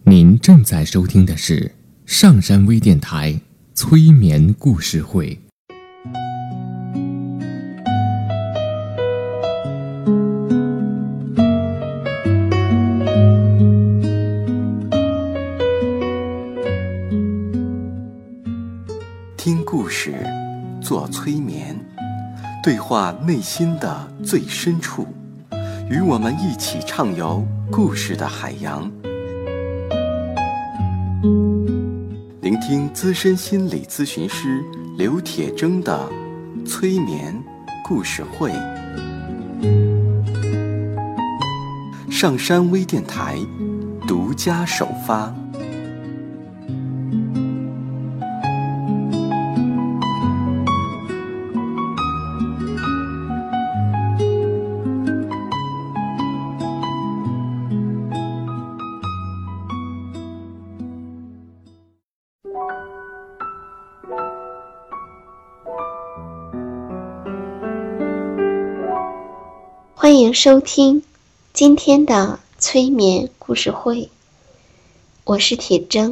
您正在收听的是上山微电台催眠故事会。 听故事，做催眠，对话内心的最深处，与我们一起畅游故事的海洋。聆听资深心理咨询师刘铁铮的催眠故事会。上山微电台独家首发。 欢迎收听今天的催眠故事会，我是铁铮。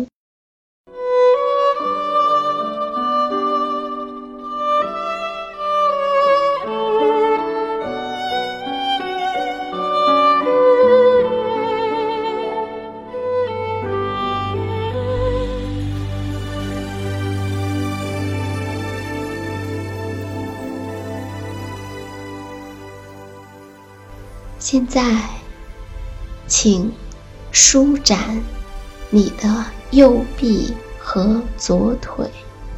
现在，请舒展你的右臂和左腿，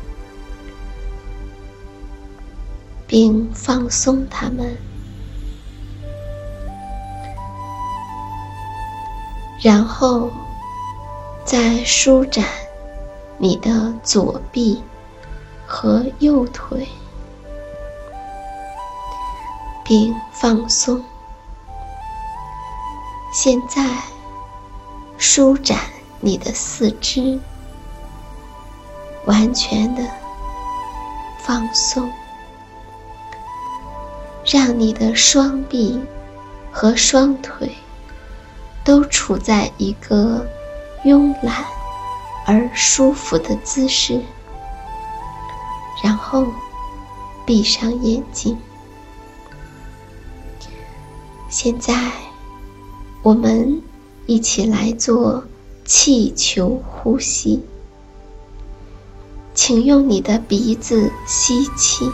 并放松它们。然后，再舒展你的左臂和右腿，并放松。现在舒展你的四肢，完全的放松，让你的双臂和双腿都处在一个慵懒而舒服的姿势，然后闭上眼睛。现在我们一起来做气球呼吸，请用你的鼻子吸气，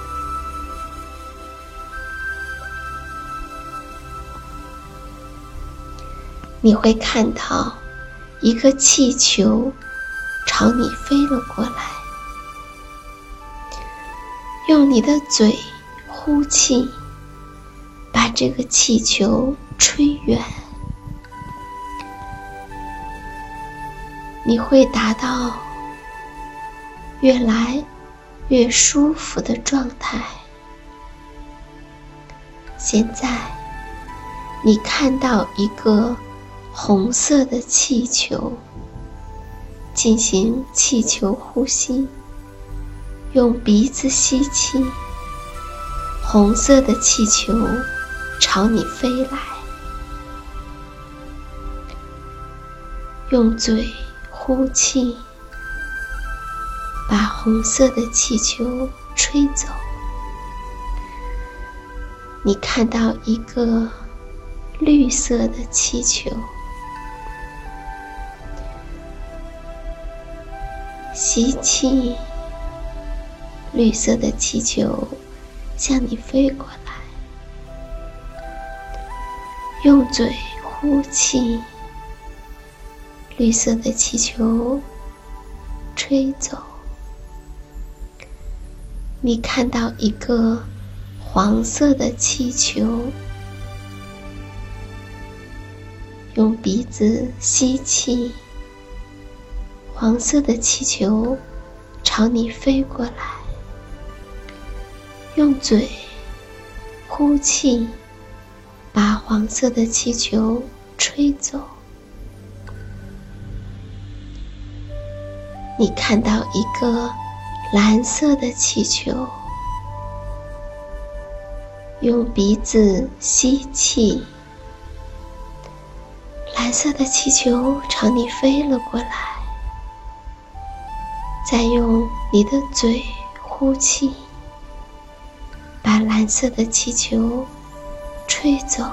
你会看到一个气球朝你飞了过来。用你的嘴呼气，把这个气球吹远，你会达到越来越舒服的状态。现在你看到一个红色的气球，进行气球呼吸，用鼻子吸气，红色的气球朝你飞来，用嘴呼气，把红色的气球吹走。你看到一个绿色的气球，吸气，绿色的气球向你飞过来，用嘴呼气，绿色的气球吹走。你看到一个黄色的气球，用鼻子吸气，黄色的气球朝你飞过来，用嘴呼气，把黄色的气球吹走。你看到一个蓝色的气球，用鼻子吸气，蓝色的气球朝你飞了过来，再用你的嘴呼气，把蓝色的气球吹走。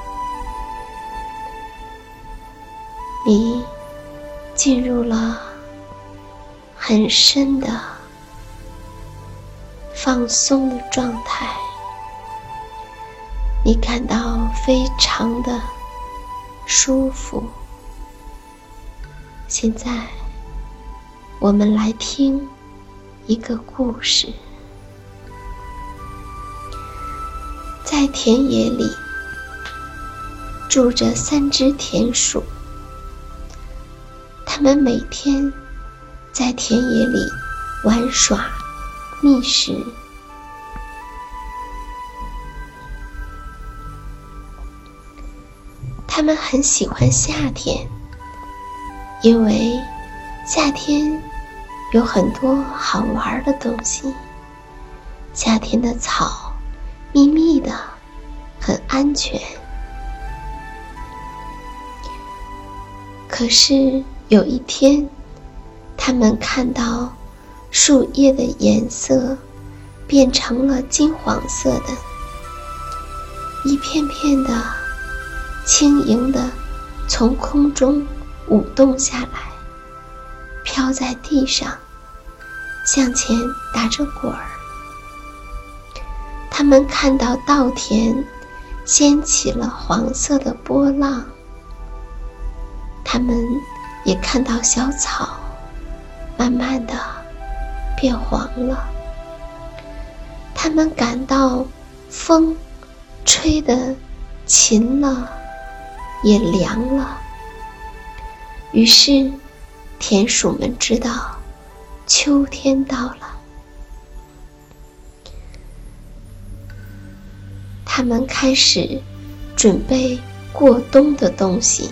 你进入了很深的放松的状态，你感到非常的舒服。现在我们来听一个故事。在田野里住着3只田鼠，它们每天在田野里玩耍觅食。它们很喜欢夏天，因为夏天有很多好玩的东西。夏天的草密密的，很安全。可是有一天，他们看到树叶的颜色变成了金黄色的，一片片的轻盈地从空中舞动下来，飘在地上，向前打着滚儿。他们看到稻田掀起了黄色的波浪，他们也看到小草慢慢地变黄了。他们感到风吹得勤了，也凉了。于是田鼠们知道秋天到了。他们开始准备过冬的东西。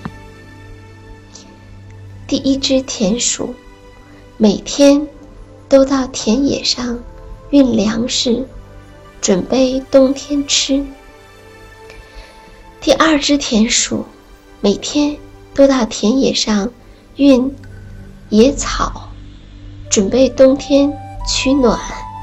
第一只田鼠每天都到田野上运粮食，准备冬天吃。第二只田鼠每天都到田野上运野草，准备冬天取暖。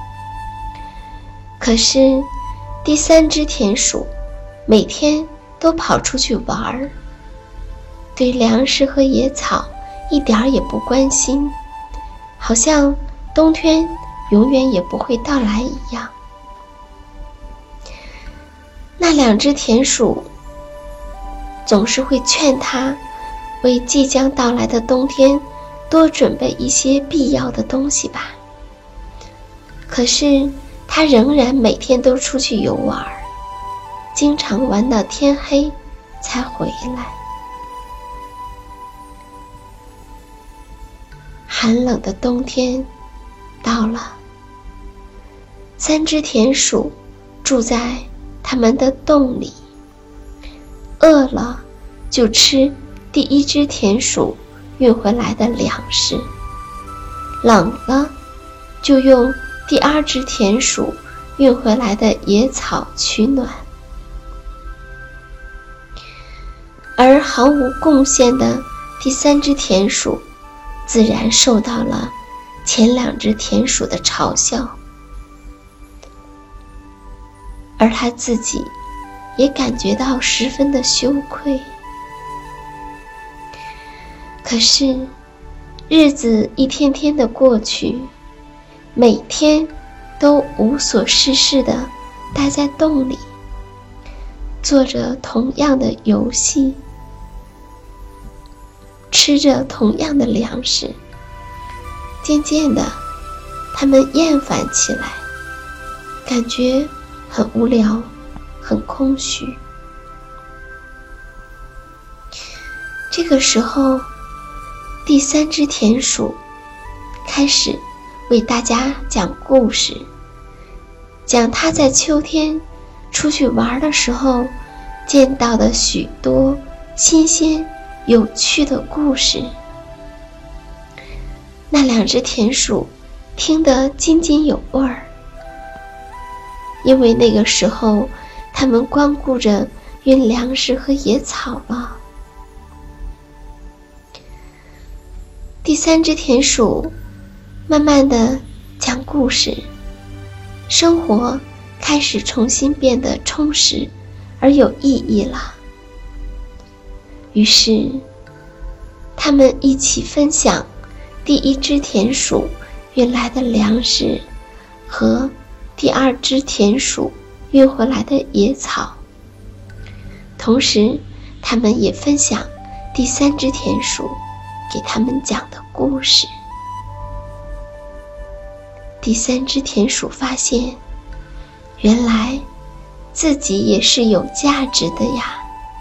可是第三只田鼠每天都跑出去玩，对粮食和野草一点也不关心，好像冬天永远也不会到来一样。那2只田鼠总是会劝它为即将到来的冬天多准备一些必要的东西吧。可是它仍然每天都出去游玩，经常玩到天黑才回来。寒冷的冬天到了，3只田鼠住在他们的洞里，饿了就吃第一只田鼠运回来的粮食，冷了就用第二只田鼠运回来的野草取暖。而毫无贡献的第3只田鼠自然受到了前2只田鼠的嘲笑，而他自己也感觉到十分的羞愧。可是日子一天天的过去，每天都无所事事地待在洞里，做着同样的游戏，吃着同样的粮食。渐渐的，他们厌烦起来，感觉很无聊，很空虚。这个时候，第3只田鼠开始为大家讲故事，讲他在秋天出去玩的时候见到的许多新鲜有趣的故事。那2只田鼠听得津津有味儿，因为那个时候他们光顾着运粮食和野草了。 第3只田鼠慢慢地讲故事，生活开始重新变得充实而有意义了。于是他们一起分享第1只田鼠运来的粮食和第2只田鼠运回来的野草，同时他们也分享第3只田鼠给他们讲的故事。第3只田鼠发现，原来自己也是有价值的呀。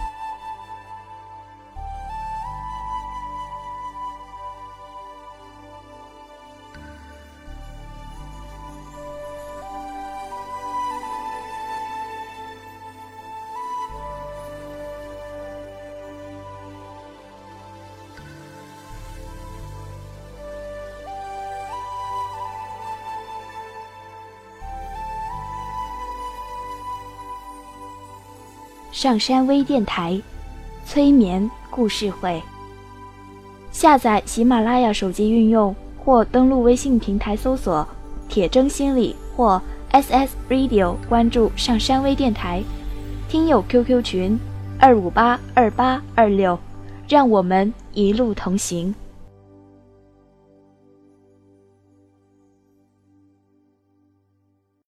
上山微电台催眠故事会，下载喜马拉雅手机应用或登录微信平台搜索铁铮心理或 SS Radio， 关注上山微电台，听友 QQ 群2582826，让我们一路同行。